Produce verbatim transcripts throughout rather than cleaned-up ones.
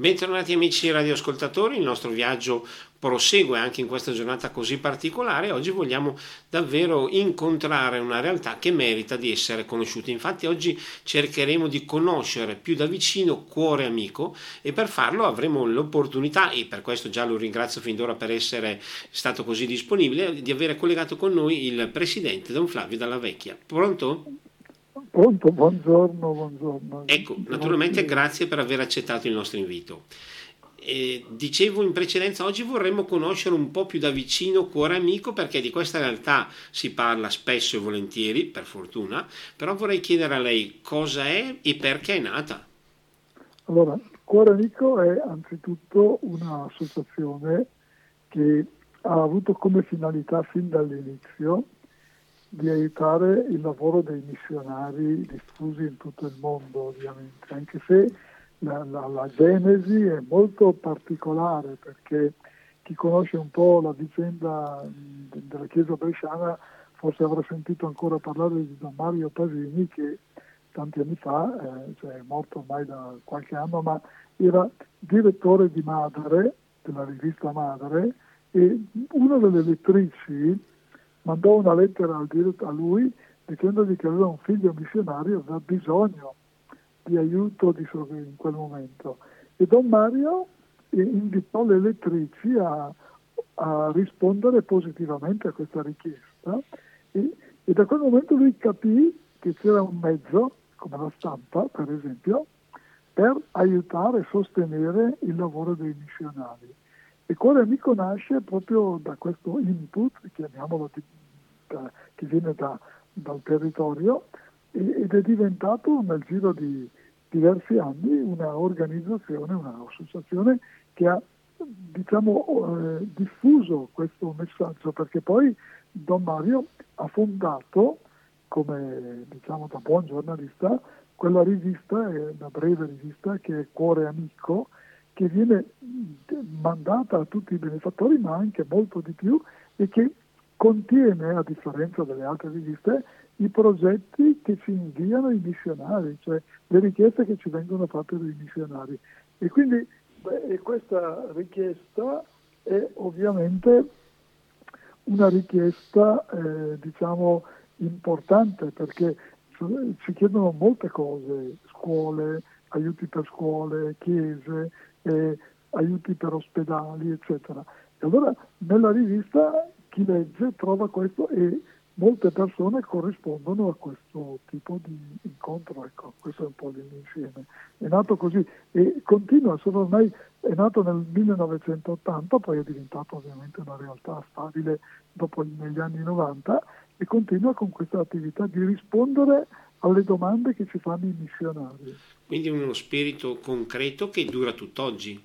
Bentornati amici radioascoltatori, il nostro viaggio prosegue anche in questa giornata così particolare. Oggi vogliamo davvero incontrare una realtà che merita di essere conosciuta. Infatti oggi cercheremo di conoscere più da vicino Cuore Amico e per farlo avremo l'opportunità, e per questo già lo ringrazio fin d'ora per essere stato così disponibile, di avere collegato con noi il presidente Don Flavio Dalla Vecchia. Pronto? Pronto, buongiorno, buongiorno. Ecco, naturalmente grazie per aver accettato il nostro invito. Eh, dicevo in precedenza, oggi vorremmo conoscere un po' più da vicino Cuore Amico, perché di questa realtà si parla spesso e volentieri, per fortuna, però vorrei chiedere a lei cosa è e perché è nata. Allora, Cuore Amico è anzitutto un'associazione che ha avuto come finalità fin dall'inizio di aiutare il lavoro dei missionari diffusi in tutto il mondo, ovviamente, anche se la, la, la genesi è molto particolare, perché chi conosce un po' la vicenda della Chiesa bresciana forse avrà sentito ancora parlare di Don Mario Pasini, che tanti anni fa, eh, cioè è morto ormai da qualche anno, ma era direttore di Madre, della rivista Madre, e una delle lettrici mandò una lettera a lui dicendogli che aveva un figlio missionario, aveva bisogno di aiuto di in quel momento. E Don Mario invitò le lettrici a, a rispondere positivamente a questa richiesta e, e da quel momento lui capì che c'era un mezzo, come la stampa per esempio, per aiutare e sostenere il lavoro dei missionari. E Cuore Amico nasce proprio da questo input, chiamiamolo, di, da, che viene da, dal territorio, e, ed è diventato nel giro di diversi anni una organizzazione, un'associazione che ha, diciamo, eh, diffuso questo messaggio, perché poi Don Mario ha fondato, come diciamo da buon giornalista, quella rivista, una breve rivista che è Cuore Amico, che viene mandata a tutti i benefattori, ma anche molto di più, e che contiene, a differenza delle altre riviste, i progetti che ci inviano i missionari, cioè le richieste che ci vengono fatte dai missionari. E quindi beh, e questa richiesta è ovviamente una richiesta, eh, diciamo, importante, perché ci chiedono molte cose, scuole, aiuti per scuole, chiese, eh, aiuti per ospedali, eccetera. E allora nella rivista chi legge trova questo e molte persone corrispondono a questo tipo di incontro. Ecco, questo è un po' l'insieme. È nato così e continua, sono ormai è nato nel millenovecentottanta, poi è diventato ovviamente una realtà stabile dopo negli anni novanta e continua con questa attività di rispondere alle domande che ci fanno i missionari. Quindi uno spirito concreto che dura tutt'oggi.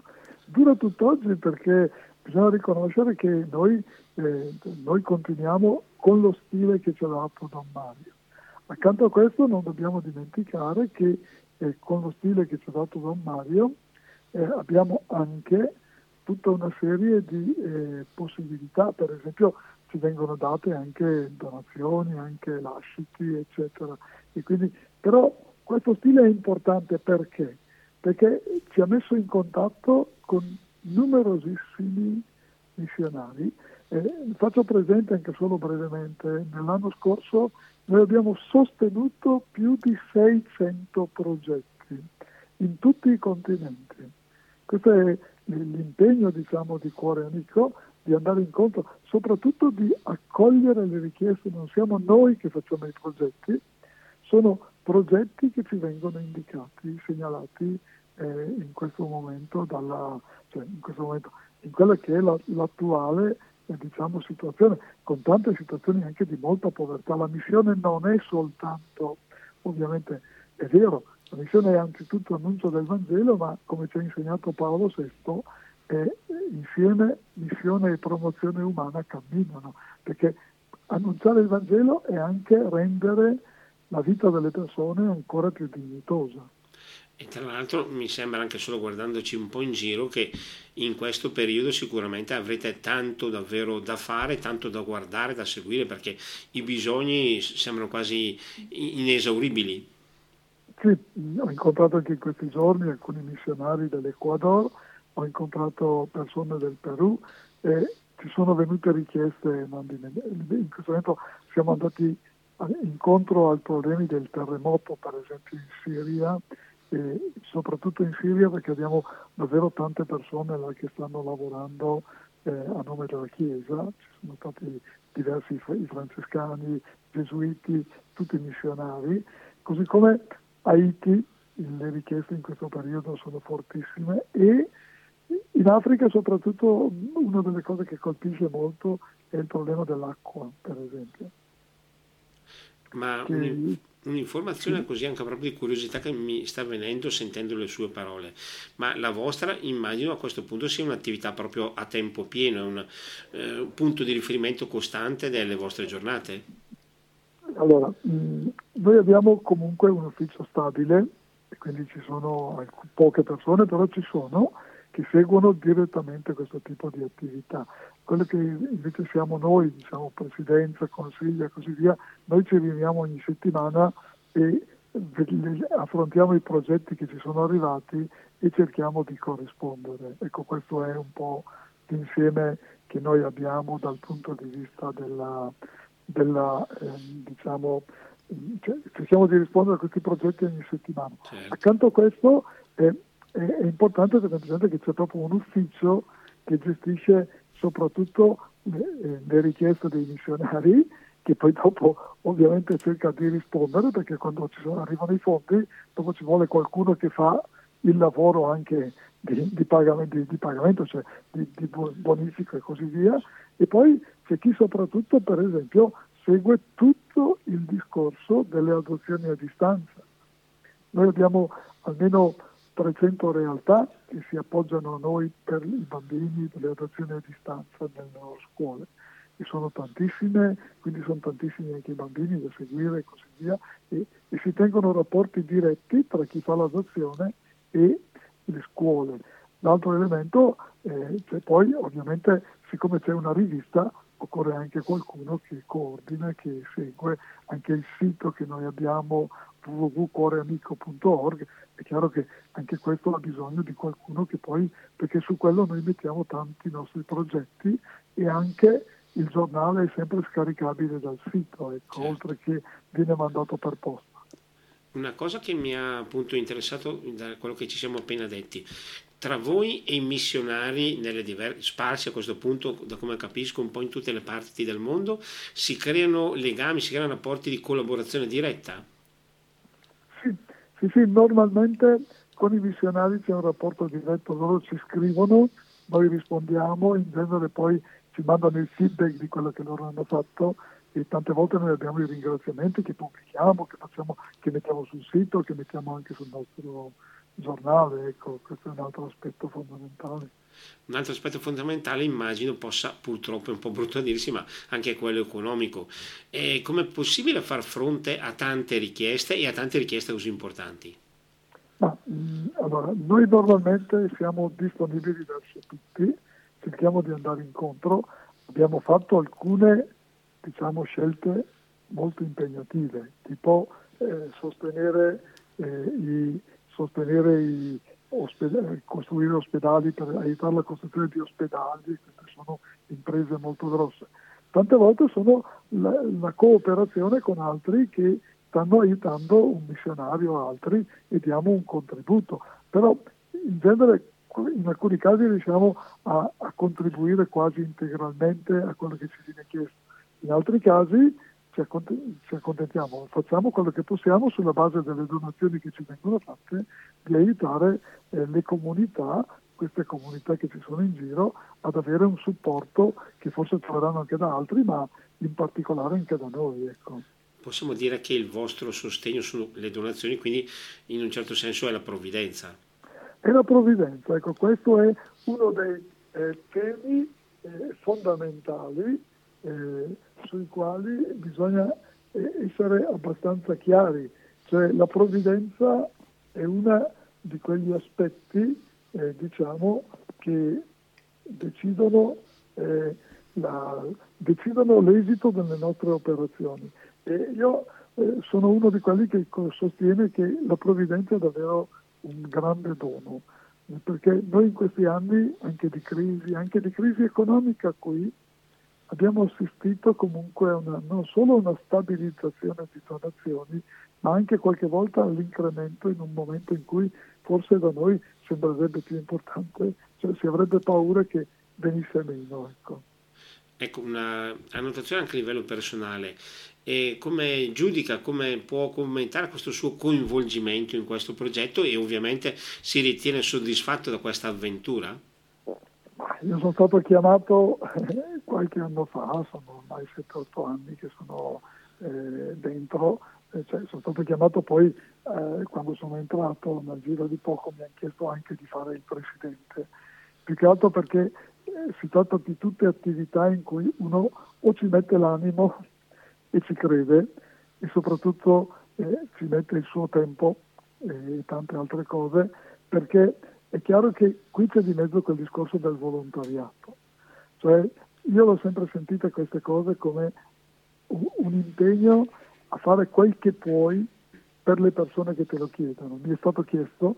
Dura tutt'oggi perché bisogna riconoscere che noi, eh, noi continuiamo con lo stile che ci ha dato Don Mario. Accanto a questo non dobbiamo dimenticare che eh, con lo stile che ci ha dato Don Mario eh, abbiamo anche tutta una serie di eh, possibilità, per esempio ci vengono date anche donazioni, anche lasciti, eccetera. E quindi, però questo stile è importante perché? Perché ci ha messo in contatto con numerosissimi missionari. Eh, faccio presente anche solo brevemente, nell'anno scorso noi abbiamo sostenuto più di seicento progetti in tutti i continenti. Questo è l'impegno, diciamo, di Cuore Amico, di andare incontro, soprattutto di accogliere le richieste. Non siamo noi che facciamo i progetti, sono progetti che ci vengono indicati, segnalati eh, in questo momento, dalla, cioè in questo momento, in quella che è la, l'attuale eh, diciamo, situazione, con tante situazioni anche di molta povertà. La missione non è soltanto, ovviamente è vero, la missione è anzitutto annuncio del Vangelo, ma come ci ha insegnato Paolo sesto, eh, insieme missione e promozione umana camminano, perché annunciare il Vangelo è anche rendere la vita delle persone ancora più dignitosa. E tra l'altro mi sembra, anche solo guardandoci un po' in giro, che in questo periodo sicuramente avrete tanto davvero da fare, tanto da guardare, da seguire, perché i bisogni sembrano quasi inesauribili. Sì, ho incontrato anche in questi giorni alcuni missionari dell'Ecuador, ho incontrato persone del Perù e ci sono venute richieste. In questo momento siamo andati incontro ai problemi del terremoto, per esempio in Siria, e soprattutto in Siria perché abbiamo davvero tante persone là che stanno lavorando eh, a nome della Chiesa. Ci sono stati diversi i francescani, gesuiti, tutti missionari, così come Haiti. Le richieste in questo periodo sono fortissime e in Africa soprattutto una delle cose che colpisce molto è il problema dell'acqua, per esempio. Ma che... un'informazione sì. Così anche proprio di curiosità che mi sta venendo sentendo le sue parole, ma la vostra immagino a questo punto sia un'attività proprio a tempo pieno, un eh, punto di riferimento costante delle vostre giornate? Allora, mh, noi abbiamo comunque un ufficio stabile e quindi ci sono poche persone, però ci sono, che seguono direttamente questo tipo di attività. Quello che invece siamo noi, diciamo presidenza, consiglio e così via, noi ci riuniamo ogni settimana e affrontiamo i progetti che ci sono arrivati e cerchiamo di corrispondere. Ecco, questo è un po' l'insieme che noi abbiamo dal punto di vista della, della eh, diciamo, cioè, cerchiamo di rispondere a questi progetti ogni settimana. Certo. Accanto a questo eh, è importante tenere che c'è proprio un ufficio che gestisce soprattutto le, le richieste dei missionari, che poi dopo ovviamente cerca di rispondere, perché quando ci sono, arrivano i fondi dopo ci vuole qualcuno che fa il lavoro anche di, di, pagamento, di, di pagamento, cioè di, di bonifica e così via, e poi c'è chi soprattutto per esempio segue tutto il discorso delle adozioni a distanza. Noi abbiamo almeno trecento realtà che si appoggiano a noi per i bambini delle adozioni a distanza nelle loro scuole, e sono tantissime, quindi sono tantissimi anche i bambini da seguire e così via, e, e si tengono rapporti diretti tra chi fa l'adozione e le scuole. L'altro elemento, eh, cioè poi ovviamente siccome c'è una rivista occorre anche qualcuno che coordina, che segue anche il sito che noi abbiamo w w w punto cuoreamico punto org. È chiaro che anche questo ha bisogno di qualcuno che poi, perché su quello noi mettiamo tanti nostri progetti e anche il giornale è sempre scaricabile dal sito, ecco, certo. Oltre che viene mandato per posta. Una cosa che mi ha appunto interessato da quello che ci siamo appena detti, tra voi e i missionari nelle diverse, sparsi a questo punto, da come capisco, un po' in tutte le parti del mondo, si creano legami, si creano rapporti di collaborazione diretta? Sì, sì, sì, normalmente con i missionari c'è un rapporto diretto, loro ci scrivono, noi rispondiamo, in genere poi ci mandano il feedback di quello che loro hanno fatto e tante volte noi abbiamo i ringraziamenti che pubblichiamo, che facciamo, che mettiamo sul sito, che mettiamo anche sul nostro giornale. Ecco, questo è un altro aspetto fondamentale. Un altro aspetto fondamentale immagino possa, purtroppo è un po' brutto a dirsi, ma anche quello economico. E com'è possibile far fronte a tante richieste e a tante richieste così importanti? Ma, mh, allora, noi normalmente siamo disponibili verso tutti, cerchiamo di andare incontro, abbiamo fatto alcune diciamo scelte molto impegnative, tipo eh, sostenere eh, i sostenere i ospedali, costruire ospedali per aiutare la costruzione di ospedali. Queste sono imprese molto grosse. Tante volte sono la, la cooperazione con altri che stanno aiutando un missionario o altri e diamo un contributo, però in genere in alcuni casi riusciamo a, a contribuire quasi integralmente a quello che ci viene chiesto. In altri casi ci, accont- ci accontentiamo, facciamo quello che possiamo sulla base delle donazioni che ci vengono fatte di aiutare eh, le comunità, queste comunità che ci sono in giro, ad avere un supporto che forse troveranno anche da altri, ma in particolare anche da noi. Ecco. Possiamo dire che il vostro sostegno sono le donazioni, quindi in un certo senso è la provvidenza. È la provvidenza, ecco, questo è uno dei eh, temi eh, fondamentali eh, sui quali bisogna eh, essere abbastanza chiari, cioè la provvidenza è uno di quegli aspetti eh, diciamo che decidono, eh, la, decidono l'esito delle nostre operazioni. E io eh, sono uno di quelli che sostiene che la provvidenza è davvero un grande dono, eh, perché noi in questi anni, anche di crisi, anche di crisi economica qui, abbiamo assistito comunque a una, non solo a una stabilizzazione di donazioni, ma anche qualche volta all'incremento in un momento in cui forse da noi sembrerebbe più importante, cioè si avrebbe paura che venisse meno. Ecco, ecco una annotazione anche a livello personale. E come giudica, come può commentare questo suo coinvolgimento in questo progetto e ovviamente si ritiene soddisfatto da questa avventura? io sono stato chiamato eh, qualche anno fa, sono ormai sette otto anni che sono eh, dentro, eh, cioè, sono stato chiamato poi eh, quando sono entrato, nel giro di poco mi hanno chiesto anche di fare il presidente, più che altro perché eh, si tratta di tutte attività in cui uno o ci mette l'animo e ci crede e soprattutto eh, ci mette il suo tempo e tante altre cose, perché è chiaro che qui c'è di mezzo quel discorso del volontariato, cioè io l'ho sempre sentita queste cose come un, un impegno a fare quel che puoi per le persone che te lo chiedono. Mi è stato chiesto,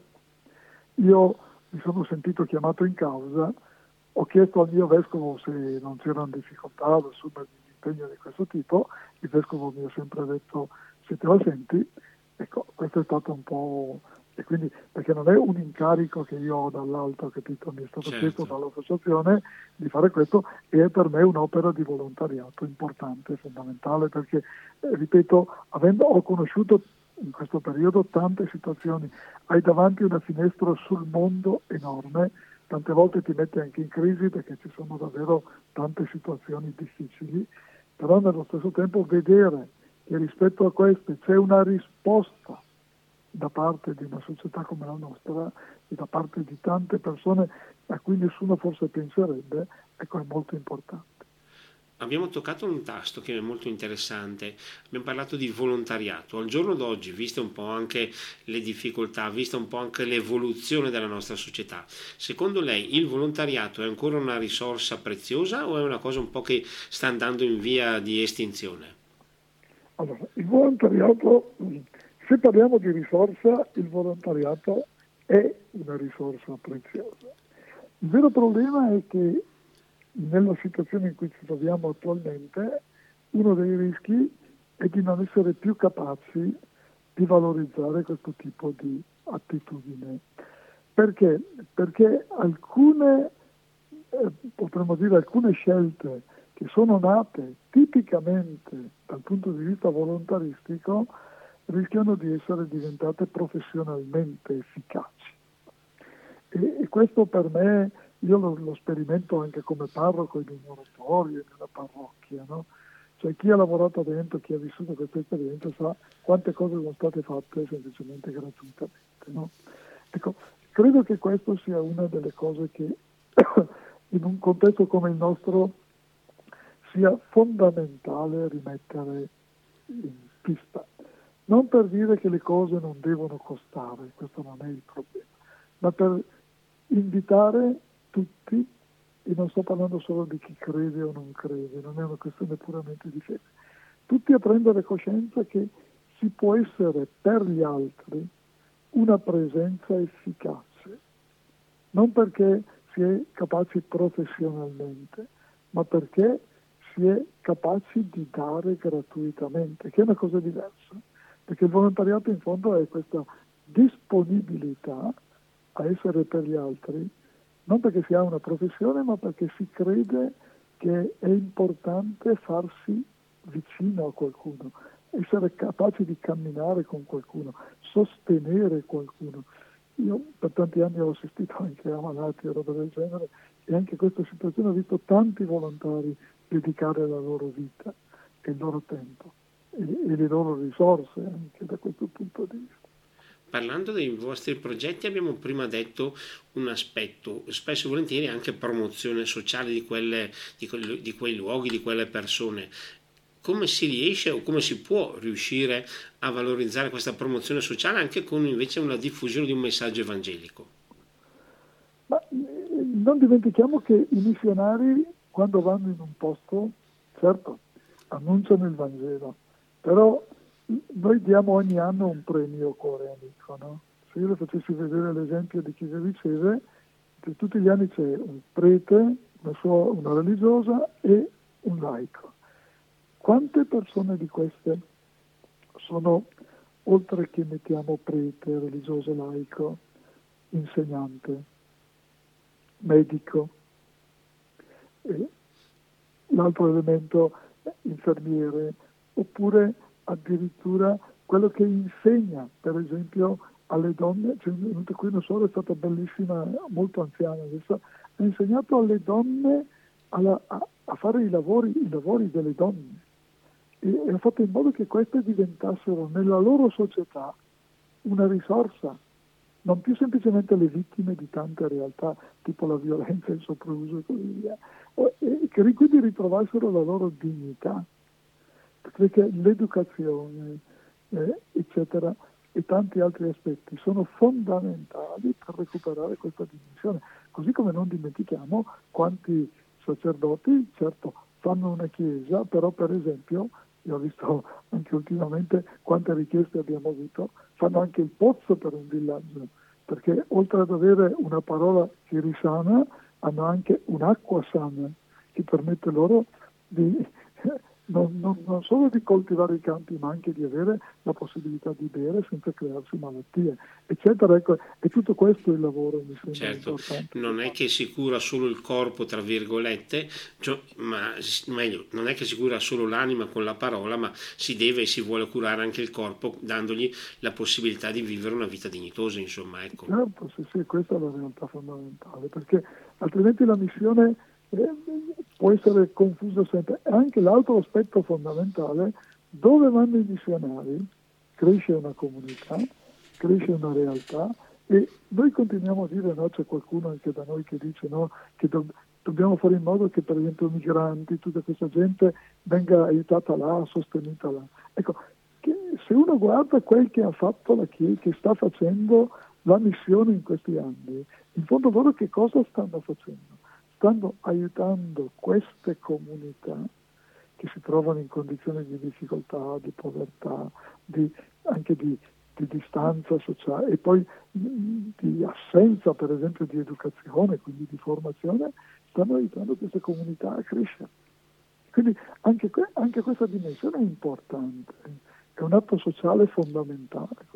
io mi sono sentito chiamato in causa, ho chiesto al mio vescovo se non c'erano difficoltà ad assumermi un impegno di questo tipo, il vescovo mi ha sempre detto se te la senti, ecco, questo è stato un po'... E quindi, perché non è un incarico che io ho dall'alto, capito? Mi è stato Certo. chiesto dall'associazione di fare questo e è per me un'opera di volontariato importante, fondamentale, perché, eh, ripeto, avendo, ho conosciuto in questo periodo tante situazioni, hai davanti una finestra sul mondo enorme, tante volte ti metti anche in crisi perché ci sono davvero tante situazioni difficili, però nello stesso tempo vedere che rispetto a queste c'è una risposta da parte di una società come la nostra e da parte di tante persone a cui nessuno forse penserebbe, ecco, è molto importante. Abbiamo toccato un tasto che è molto interessante, abbiamo parlato di volontariato. Al giorno d'oggi, viste un po' anche le difficoltà, vista un po' anche l'evoluzione della nostra società, secondo lei il volontariato è ancora una risorsa preziosa o è una cosa un po' che sta andando in via di estinzione? Allora, il volontariato, se parliamo di risorsa, il volontariato è una risorsa preziosa. Il vero problema è che nella situazione in cui ci troviamo attualmente, uno dei rischi è di non essere più capaci di valorizzare questo tipo di attitudine. Perché? Perché alcune, eh, potremmo dire, alcune scelte che sono nate tipicamente dal punto di vista volontaristico rischiano di essere diventate professionalmente efficaci. E, e questo per me, io lo, lo sperimento anche come parroco in un oratorio e nella parrocchia, no? Cioè chi ha lavorato dentro, chi ha vissuto questa esperienza sa quante cose sono state fatte semplicemente gratuitamente, no? Ecco, credo che questo sia una delle cose che in un contesto come il nostro sia fondamentale rimettere in pista. Non per dire che le cose non devono costare, questo non è il problema, ma per invitare tutti, e non sto parlando solo di chi crede o non crede, non è una questione puramente di fede, tutti a prendere coscienza che si può essere per gli altri una presenza efficace, non perché si è capaci professionalmente, ma perché si è capaci di dare gratuitamente, che è una cosa diversa, perché il volontariato in fondo è questa disponibilità a essere per gli altri, non perché si ha una professione, ma perché si crede che è importante farsi vicino a qualcuno, essere capaci di camminare con qualcuno, sostenere qualcuno. Io per tanti anni ho assistito anche a malati e roba del genere e anche in questa situazione ho visto tanti volontari dedicare la loro vita e il loro tempo e, e le loro risorse anche da questo punto di vista. Parlando dei vostri progetti abbiamo prima detto un aspetto, spesso e volentieri anche promozione sociale di, quelle, di, que, di quei luoghi, di quelle persone. Come si riesce o come si può riuscire a valorizzare questa promozione sociale anche con invece una diffusione di un messaggio evangelico? Ma non dimentichiamo che i missionari quando vanno in un posto, certo, annunciano il Vangelo, però noi diamo ogni anno un premio Cuore Amico, no? Se io le facessi vedere l'esempio di chi le riceve, tutti gli anni c'è un prete, una, sua, una religiosa e un laico. Quante persone di queste sono, oltre che mettiamo prete, religioso, laico, insegnante, medico, e l'altro elemento infermiere, oppure addirittura quello che insegna, per esempio, alle donne, c'è venuta qui una sorella, è stata bellissima, molto anziana adesso, ha insegnato alle donne alla, a, a fare i lavori, i lavori delle donne e, e ha fatto in modo che queste diventassero nella loro società una risorsa, non più semplicemente le vittime di tante realtà, tipo la violenza, il soprauso e così via, e che quindi ritrovassero la loro dignità, perché l'educazione, eh, eccetera, e tanti altri aspetti sono fondamentali per recuperare questa dimensione, così come non dimentichiamo quanti sacerdoti, certo, fanno una chiesa, però per esempio, io ho visto anche ultimamente quante richieste abbiamo avuto, fanno anche il pozzo per un villaggio, perché oltre ad avere una parola che risana, hanno anche un'acqua sana che permette loro di non, non, non solo di coltivare i campi, ma anche di avere la possibilità di bere senza crearsi malattie, eccetera. Ecco, e tutto questo è il lavoro, mi sembra Certo, importante. non è che si cura solo il corpo, tra virgolette, cioè, ma meglio, non è che si cura solo l'anima con la parola, ma si deve e si vuole curare anche il corpo, dandogli la possibilità di vivere una vita dignitosa, insomma, ecco. Certo, sì, sì, questa è la realtà fondamentale, perché altrimenti la missione eh, può essere confusa sempre. E anche l'altro aspetto fondamentale, dove vanno i missionari, cresce una comunità, cresce una realtà, e noi continuiamo a dire, no, c'è qualcuno anche da noi che dice no, che do- dobbiamo fare in modo che per esempio i migranti, tutta questa gente venga aiutata là, sostenuta là. Ecco, che se uno guarda quel che ha fatto la Chiesa, che sta facendo la missione in questi anni, in fondo loro che cosa stanno facendo? Stanno aiutando queste comunità che si trovano in condizioni di difficoltà, di povertà, di, anche di, di distanza sociale e poi di assenza per esempio di educazione, quindi di formazione, stanno aiutando queste comunità a crescere. Quindi anche, anche questa dimensione è importante, è un atto sociale fondamentale.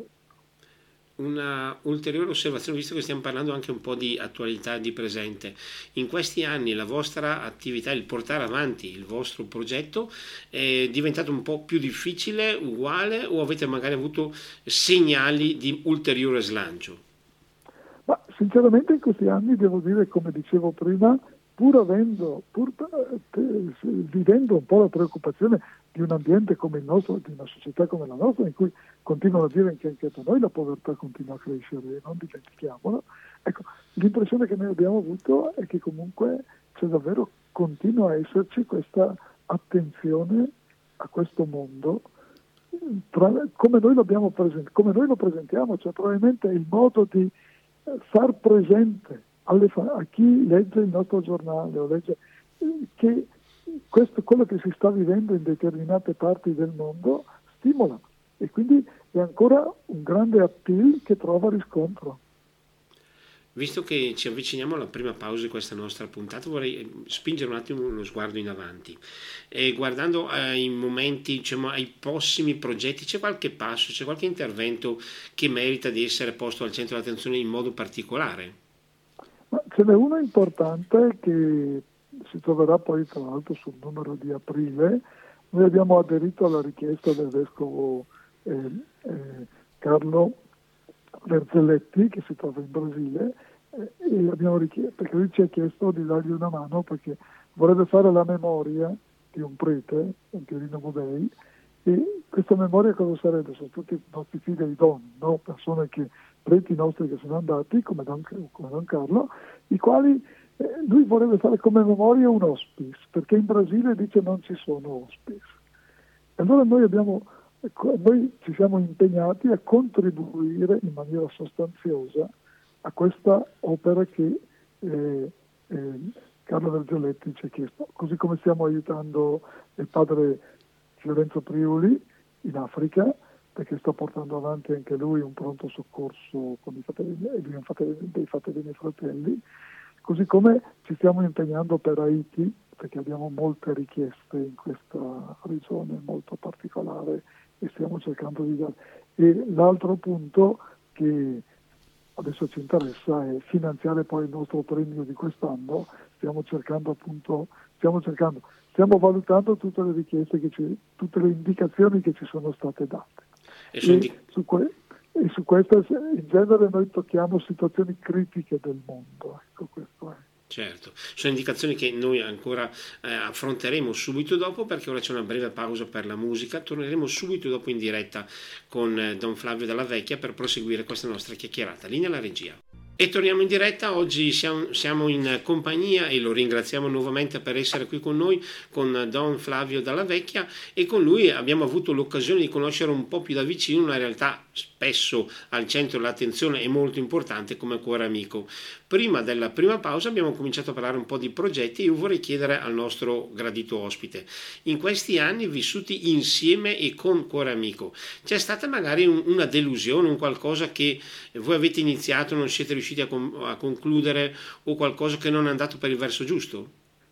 Una ulteriore osservazione, visto che stiamo parlando anche un po' di attualità, di presente. In questi anni la vostra attività, il portare avanti il vostro progetto è diventato un po' più difficile, uguale, o avete magari avuto segnali di ulteriore slancio? Ma sinceramente in questi anni devo dire, come dicevo prima, pur avendo, pur eh, vivendo un po' la preoccupazione di un ambiente come il nostro, di una società come la nostra, in cui continuano a dire che anche da noi la povertà continua a crescere, non dimentichiamolo, ecco, l'impressione che noi abbiamo avuto è che comunque c'è davvero, continua a esserci questa attenzione a questo mondo, tra, come, noi l'abbiamo present, come noi lo presentiamo, cioè probabilmente è il modo di far presente alle, a chi legge il nostro giornale o legge che questo, quello che si sta vivendo in determinate parti del mondo stimola, e quindi è ancora un grande appeal che trova riscontro. Visto che ci avviciniamo alla prima pausa di questa nostra puntata, vorrei spingere un attimo uno sguardo in avanti. E guardando ai momenti, diciamo, ai prossimi progetti, c'è qualche passo, c'è qualche intervento che merita di essere posto al centro dell'attenzione in modo particolare? Ma ce n'è uno importante che si troverà poi tra l'altro sul numero di aprile. Noi abbiamo aderito alla richiesta del vescovo eh, eh, Carlo Verzelletti, che si trova in Brasile, eh, e abbiamo richiesto, perché lui ci ha chiesto di dargli una mano perché vorrebbe fare la memoria di un prete, un Pierino Bodei, e questa memoria cosa sarebbe? Sono tutti i nostri figli Don, no? Persone che, preti nostri che sono andati, come Don, come Don Carlo, i quali eh, lui vorrebbe fare come memoria un hospice, perché in Brasile dice non ci sono hospice. E allora noi abbiamo Noi ci siamo impegnati a contribuire in maniera sostanziosa a questa opera che eh, eh, Carlo Verzelletti ci ha chiesto, così come stiamo aiutando il padre Fiorenzo Priuli in Africa, perché sta portando avanti anche lui un pronto soccorso con i fratelli, dei fratelli fratelli, così come ci stiamo impegnando per Haiti, perché abbiamo molte richieste in questa regione molto particolare e stiamo cercando di dare. E l'altro punto che adesso ci interessa è finanziare poi il nostro premio di quest'anno. Stiamo cercando appunto, stiamo cercando, stiamo valutando tutte le richieste, che ci, tutte le indicazioni che ci sono state date. E, E, di... su, que- e su questo in genere noi tocchiamo situazioni critiche del mondo. Ecco, questo è. Certo, sono indicazioni che noi ancora eh, affronteremo subito dopo, perché ora c'è una breve pausa per la musica. Torneremo subito dopo in diretta con eh, Don Flavio Dalla Vecchia per proseguire questa nostra chiacchierata. Linea alla regia. E torniamo in diretta. Oggi siamo, siamo in compagnia, e lo ringraziamo nuovamente per essere qui con noi, con Don Flavio Dalla Vecchia, e con lui abbiamo avuto l'occasione di conoscere un po' più da vicino una realtà spesso al centro dell'attenzione e molto importante come Cuore Amico. Prima della prima pausa abbiamo cominciato a parlare un po' di progetti e io vorrei chiedere al nostro gradito ospite: in questi anni vissuti insieme e con Cuore Amico, c'è stata magari un, una delusione, un qualcosa che voi avete iniziato e non siete riusciti a, com- a concludere, o qualcosa che non è andato per il verso giusto?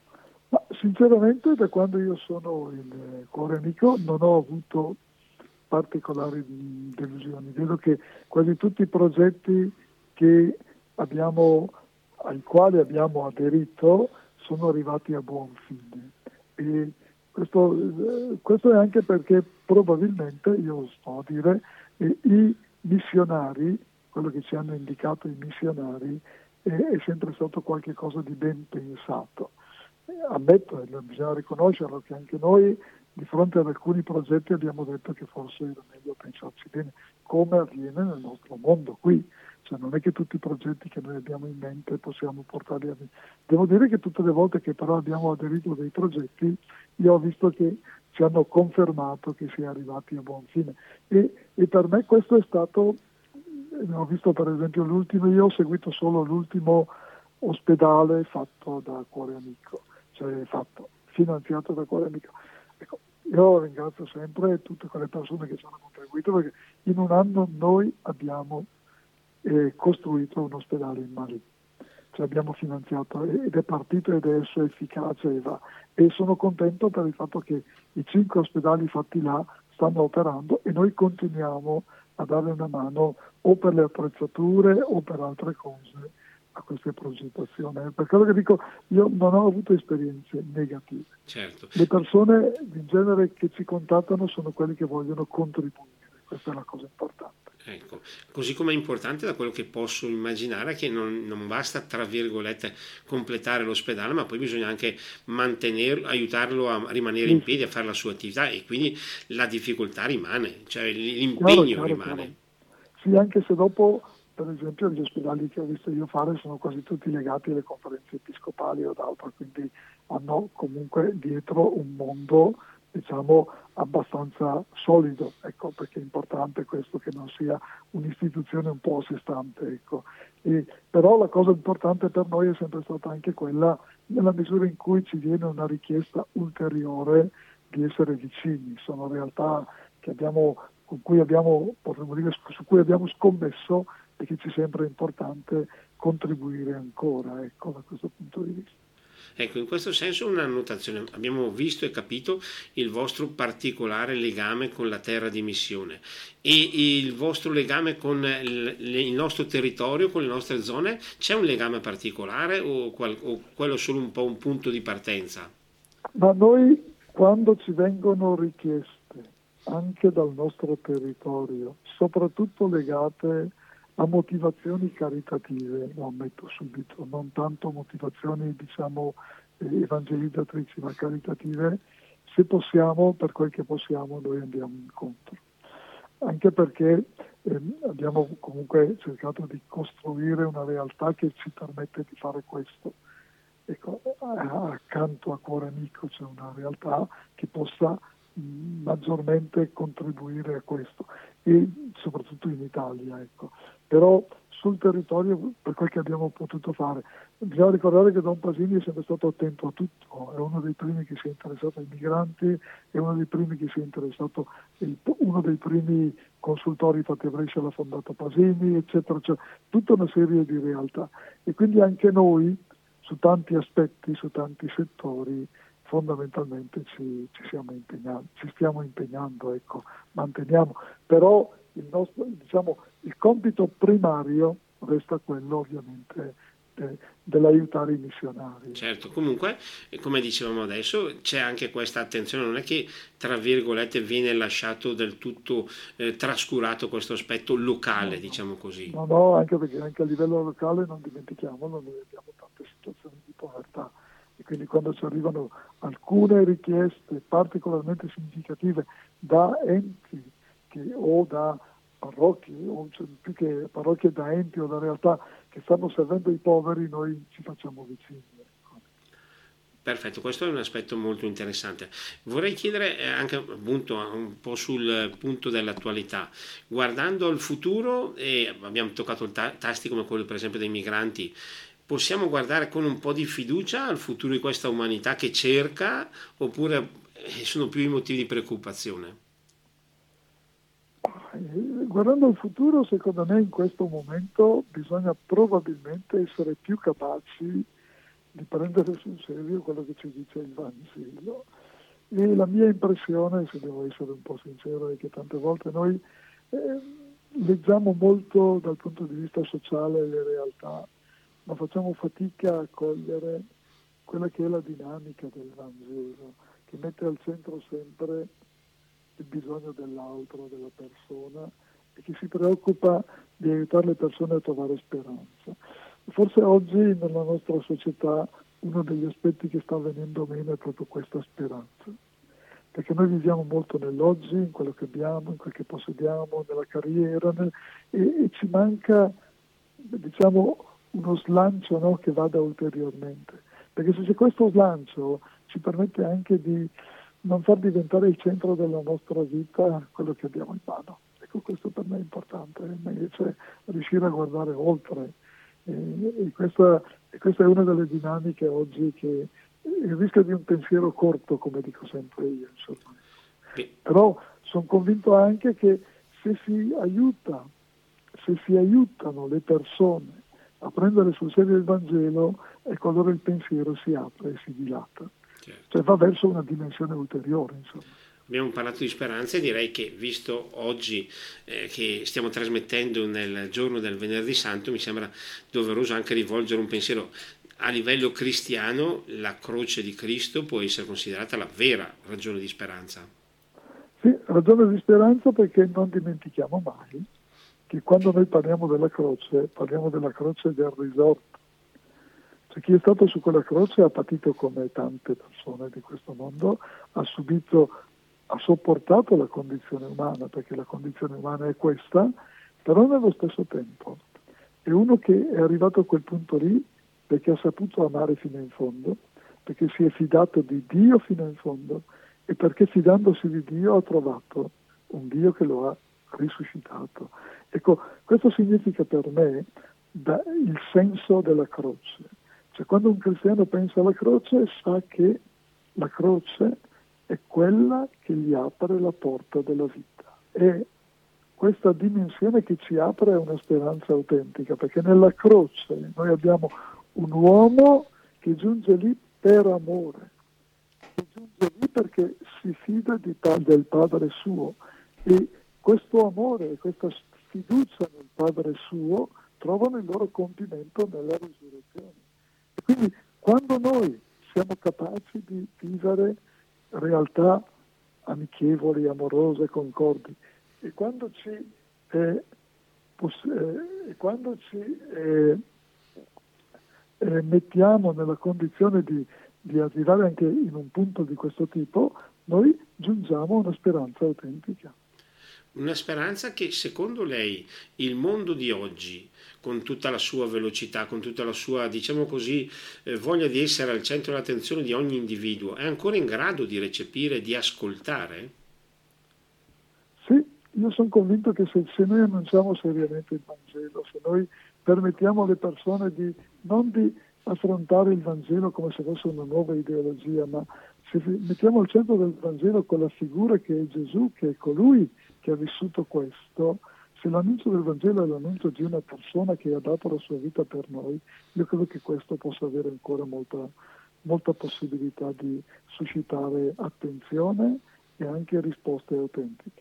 Ma sinceramente, da quando io sono in Cuore Amico non ho avuto particolari delusioni. Vedo che quasi tutti i progetti che abbiamo, ai quali abbiamo aderito sono arrivati a buon fine. E questo, questo è anche perché probabilmente, io sto a dire, eh, i missionari, quello che ci hanno indicato i missionari, eh, è sempre stato qualche cosa di ben pensato. Ammetto, e bisogna riconoscerlo, che anche noi di fronte ad alcuni progetti abbiamo detto che forse era meglio pensarci bene, come avviene nel nostro mondo qui. Cioè non è che tutti i progetti che noi abbiamo in mente possiamo portarli a vita. Devo dire che tutte le volte che però abbiamo aderito a dei progetti, io ho visto che ci hanno confermato che si è arrivati a buon fine. E, e per me questo è stato, ho visto per esempio l'ultimo, io ho seguito solo l'ultimo ospedale fatto da Cuore Amico, cioè fatto, finanziato da Cuore Amico. Ecco, io ringrazio sempre tutte quelle persone che ci hanno contribuito, perché in un anno noi abbiamo eh, costruito un ospedale in Mali, cioè abbiamo finanziato ed è partito ed è adesso efficace e va. E sono contento per il fatto che i cinque ospedali fatti là stanno operando e noi continuiamo a dare una mano o per le attrezzature o per altre cose a queste progettazioni. Per quello che dico, io non ho avuto esperienze negative. Certo. Le persone in genere che ci contattano sono quelli che vogliono contribuire, questa è la cosa importante. Ecco, così come è importante, da quello che posso immaginare, che non, non basta, tra virgolette, completare l'ospedale, ma poi bisogna anche mantenerlo, aiutarlo a rimanere in piedi, a fare la sua attività, e quindi la difficoltà rimane, cioè l'impegno chiaro, chiaro, rimane. Chiaro. Sì, anche se dopo, per esempio, gli ospedali che ho visto io fare sono quasi tutti legati alle conferenze episcopali o ad altro, quindi hanno comunque dietro un mondo, diciamo, abbastanza solido, ecco, perché è importante questo, che non sia un'istituzione un po' a sé stante, ecco. E, però la cosa importante per noi è sempre stata anche quella, nella misura in cui ci viene una richiesta ulteriore di essere vicini. Sono realtà che abbiamo, con cui abbiamo, potremmo dire, su cui abbiamo scommesso e che ci sembra importante contribuire ancora, ecco, da questo punto di vista. Ecco, in questo senso una annotazione: abbiamo visto e capito il vostro particolare legame con la terra di missione e il vostro legame con il, il nostro territorio, con le nostre zone. C'è un legame particolare o, qual, o quello solo un po' un punto di partenza? Ma noi, quando ci vengono richieste anche dal nostro territorio, soprattutto legate a motivazioni caritative, lo ammetto subito, non tanto motivazioni, diciamo, evangelizzatrici, ma caritative, se possiamo, per quel che possiamo, noi andiamo incontro. Anche perché eh, abbiamo comunque cercato di costruire una realtà che ci permette di fare questo. Ecco, accanto a Cuore Amico c'è una realtà che possa mh, maggiormente contribuire a questo, e soprattutto in Italia, ecco. Però sul territorio per quel che abbiamo potuto fare. Bisogna ricordare che Don Pasini è sempre stato attento a tutto, è uno dei primi che si è interessato ai migranti, è uno dei primi che si è interessato, il, uno dei primi consultori fatti a Brescia l'ha fondato Pasini, eccetera, cioè tutta una serie di realtà. E quindi anche noi, su tanti aspetti, su tanti settori, fondamentalmente ci, ci siamo impegnati, ci stiamo impegnando, ecco, manteniamo, però il nostro, diciamo, il compito primario resta quello ovviamente eh, dell'aiutare i missionari. Certo, comunque, come dicevamo adesso, c'è anche questa attenzione, non è che tra virgolette viene lasciato del tutto eh, trascurato questo aspetto locale, No, diciamo così. no, no, anche perché anche a livello locale non dimentichiamolo, noi abbiamo tante situazioni di povertà e quindi quando ci arrivano alcune richieste particolarmente significative da enti che, o da parrocchie, o cioè, più che parrocchie da enti o da realtà che stanno servendo i poveri, noi ci facciamo vicini. Ecco. Perfetto, questo è un aspetto molto interessante. Vorrei chiedere anche appunto un po' sul punto dell'attualità. Guardando al futuro, e abbiamo toccato tasti come quello per esempio dei migranti, possiamo guardare con un po' di fiducia al futuro di questa umanità che cerca, oppure sono più i motivi di preoccupazione? Guardando al futuro, secondo me in questo momento bisogna probabilmente essere più capaci di prendere sul serio quello che ci dice il Vangelo. E la mia impressione, se devo essere un po' sincero, è che tante volte noi eh, leggiamo molto dal punto di vista sociale le realtà, ma facciamo fatica a cogliere quella che è la dinamica del Vangelo, che mette al centro sempre il bisogno dell'altro, della persona, e che si preoccupa di aiutare le persone a trovare speranza. Forse oggi nella nostra società uno degli aspetti che sta venendo meno è proprio questa speranza, perché noi viviamo molto nell'oggi, in quello che abbiamo, in quel che possediamo, nella carriera, nel, e, e ci manca, diciamo, uno slancio, no, che vada ulteriormente, perché se c'è questo slancio ci permette anche di non far diventare il centro della nostra vita quello che abbiamo in mano. Ecco, questo per me è importante, invece riuscire a guardare oltre. E, e, questa, e questa è una delle dinamiche oggi che il rischio di un pensiero corto, come dico sempre io, insomma. Però sono convinto anche che se si aiuta, se si aiutano le persone a prendere sul serio il Vangelo, ecco allora il pensiero si apre e si dilata. Certo. Cioè va verso una dimensione ulteriore, insomma. Abbiamo parlato di speranza e direi che, visto oggi eh, che stiamo trasmettendo nel giorno del Venerdì Santo, mi sembra doveroso anche rivolgere un pensiero. A livello cristiano, la croce di Cristo può essere considerata la vera ragione di speranza. Sì, ragione di speranza, perché non dimentichiamo mai che quando noi parliamo della croce, parliamo della croce del risorto. Cioè chi è stato su quella croce ha patito come tante persone di questo mondo, ha subito, ha sopportato la condizione umana, perché la condizione umana è questa, però nello stesso tempo è uno che è arrivato a quel punto lì perché ha saputo amare fino in fondo, perché si è fidato di Dio fino in fondo e perché fidandosi di Dio ha trovato un Dio che lo ha risuscitato. Ecco, questo significa per me da, il senso della croce. Cioè quando un cristiano pensa alla croce sa che la croce è quella che gli apre la porta della vita. E questa dimensione che ci apre è una speranza autentica, perché nella croce noi abbiamo un uomo che giunge lì per amore, che giunge lì perché si fida di, del Padre suo, e questo amore e questa fiducia nel Padre suo trovano il loro compimento nella risurrezione. E quindi quando noi siamo capaci di vivere realtà amichevoli, amorose, concordi, e quando ci, eh, poss- eh, e quando ci eh, eh, mettiamo nella condizione di, di arrivare anche in un punto di questo tipo, noi giungiamo a una speranza autentica. Una speranza che, secondo lei, il mondo di oggi, con tutta la sua velocità, con tutta la sua, diciamo così, eh, voglia di essere al centro dell'attenzione di ogni individuo, è ancora in grado di recepire, di ascoltare? Sì, io sono convinto che se, se noi annunciamo seriamente il Vangelo, se noi permettiamo alle persone di non di affrontare il Vangelo come se fosse una nuova ideologia, ma se mettiamo al centro del Vangelo quella figura che è Gesù, che è colui che ha vissuto questo, se l'annuncio del Vangelo è l'annuncio di una persona che ha dato la sua vita per noi, io credo che questo possa avere ancora molta, molta possibilità di suscitare attenzione e anche risposte autentiche.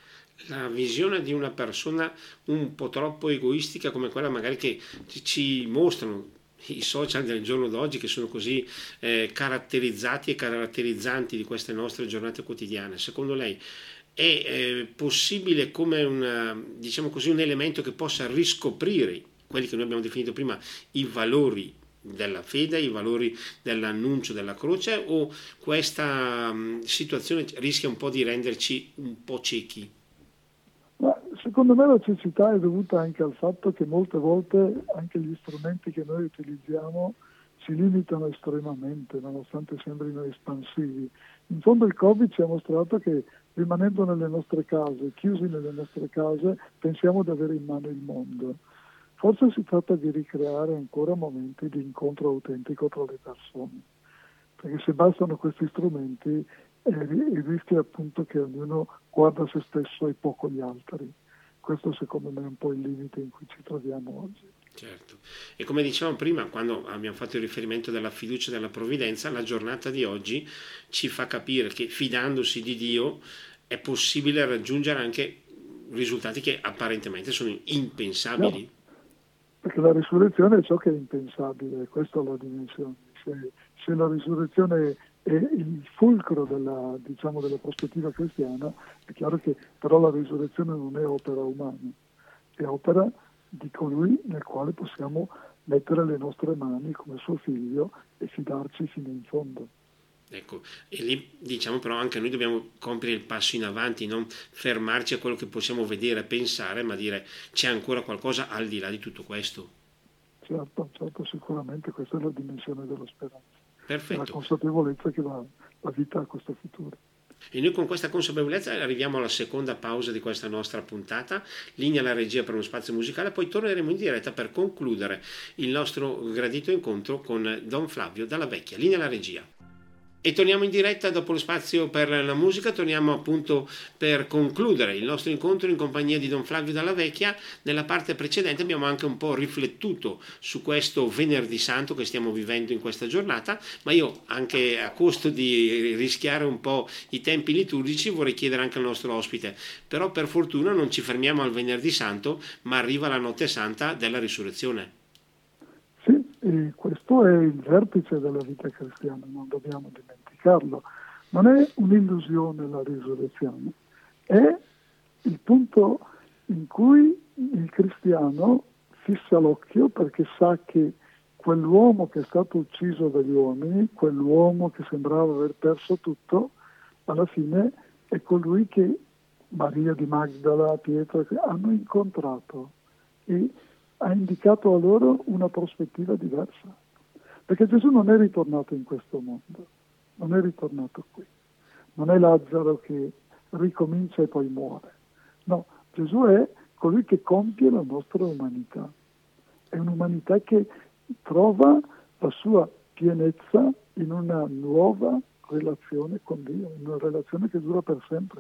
La visione di una persona un po' troppo egoistica come quella magari che ci mostrano i social del giorno d'oggi, che sono così eh, caratterizzati e caratterizzanti di queste nostre giornate quotidiane, secondo lei è eh, possibile come una, diciamo così, un elemento che possa riscoprire quelli che noi abbiamo definito prima i valori della fede, i valori dell'annuncio della croce, o questa um, situazione rischia un po' di renderci un po' ciechi? Ma secondo me la cecità è dovuta anche al fatto che molte volte anche gli strumenti che noi utilizziamo si limitano estremamente, nonostante sembrino espansivi. In fondo il Covid ci ha mostrato che rimanendo nelle nostre case, chiusi nelle nostre case, pensiamo di avere in mano il mondo. Forse si tratta di ricreare ancora momenti di incontro autentico tra le persone, perché se bastano questi strumenti il rischio è appunto che ognuno guarda se stesso e poco gli altri. Questo secondo me è un po' il limite in cui ci troviamo oggi. Certo, e come dicevamo prima, quando abbiamo fatto il riferimento della fiducia e della provvidenza, la giornata di oggi ci fa capire che fidandosi di Dio è possibile raggiungere anche risultati che apparentemente sono impensabili. No, perché la risurrezione è ciò che è impensabile, questa è la dimensione. Se, se la risurrezione è il fulcro della, diciamo, della prospettiva cristiana, è chiaro che però la risurrezione non è opera umana, è opera di colui nel quale possiamo mettere le nostre mani come suo figlio e fidarci fino in fondo. Ecco, e lì diciamo però anche noi dobbiamo compiere il passo in avanti, non fermarci a quello che possiamo vedere, pensare, ma dire c'è ancora qualcosa al di là di tutto questo. Certo, certo, sicuramente questa è la dimensione della speranza. Perfetto. La consapevolezza che la, la vita ha questo futuro. E noi con questa consapevolezza arriviamo alla seconda pausa di questa nostra puntata, linea alla regia per uno spazio musicale, poi torneremo in diretta per concludere il nostro gradito incontro con Don Flavio Dalla Vecchia. Linea alla regia. E torniamo in diretta dopo lo spazio per la musica, torniamo appunto per concludere il nostro incontro in compagnia di Don Flavio Dalla Vecchia. Nella parte precedente abbiamo anche un po' riflettuto su questo Venerdì Santo che stiamo vivendo in questa giornata, ma io, anche a costo di rischiare un po' i tempi liturgici, vorrei chiedere anche al nostro ospite, però per fortuna non ci fermiamo al Venerdì Santo, ma arriva la Notte Santa della Risurrezione. Sì, e questo è il vertice della vita cristiana, non dobbiamo dimenticarlo. Non è un'illusione la risurrezione, è il punto in cui il cristiano fissa l'occhio perché sa che quell'uomo che è stato ucciso dagli uomini, quell'uomo che sembrava aver perso tutto, alla fine è colui che Maria di Magdala, Pietro, hanno incontrato e ha indicato a loro una prospettiva diversa. Perché Gesù non è ritornato in questo mondo, non è ritornato qui. Non è Lazzaro che ricomincia e poi muore. No, Gesù è colui che compie la nostra umanità. È un'umanità che trova la sua pienezza in una nuova relazione con Dio, in una relazione che dura per sempre.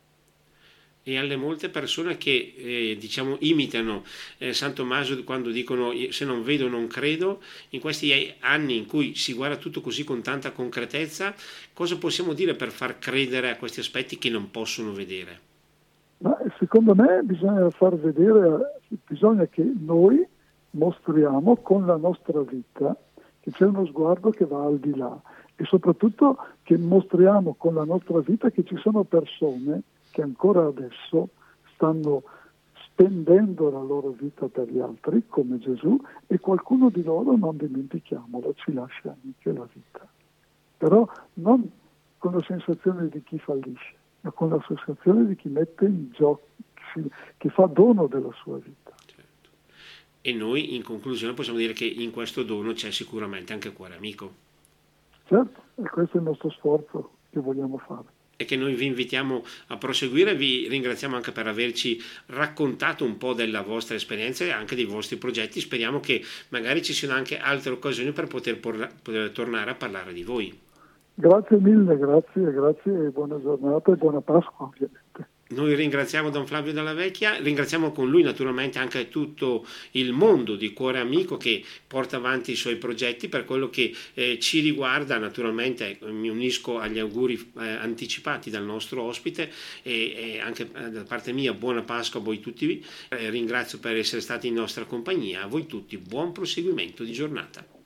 E alle molte persone che eh, diciamo imitano eh, San Tommaso quando dicono se non vedo non credo, in questi anni in cui si guarda tutto così con tanta concretezza, cosa possiamo dire per far credere a questi aspetti che non possono vedere? Ma secondo me bisogna far vedere, bisogna che noi mostriamo con la nostra vita che c'è uno sguardo che va al di là e soprattutto che mostriamo con la nostra vita che ci sono persone che ancora adesso stanno spendendo la loro vita per gli altri, come Gesù, e qualcuno di loro, non dimentichiamolo, ci lascia anche la vita. Però non con la sensazione di chi fallisce, ma con la sensazione di chi mette in gioco, che fa dono della sua vita. Certo. E noi, in conclusione, possiamo dire che in questo dono c'è sicuramente anche il cuore amico. Certo, e questo è il nostro sforzo che vogliamo fare. e che noi vi invitiamo a proseguire. Vi ringraziamo anche per averci raccontato un po' della vostra esperienza e anche dei vostri progetti. Speriamo che magari ci siano anche altre occasioni per poter, por- poter tornare a parlare di voi. Grazie mille, grazie, grazie e buona giornata e buona Pasqua ovviamente. Noi ringraziamo Don Flavio Dalla Vecchia, ringraziamo con lui naturalmente anche tutto il mondo di Cuore Amico che porta avanti i suoi progetti. Per quello che eh, ci riguarda, naturalmente mi unisco agli auguri eh, anticipati dal nostro ospite e, e anche eh, da parte mia buona Pasqua a voi tutti, eh, ringrazio per essere stati in nostra compagnia, a voi tutti buon proseguimento di giornata.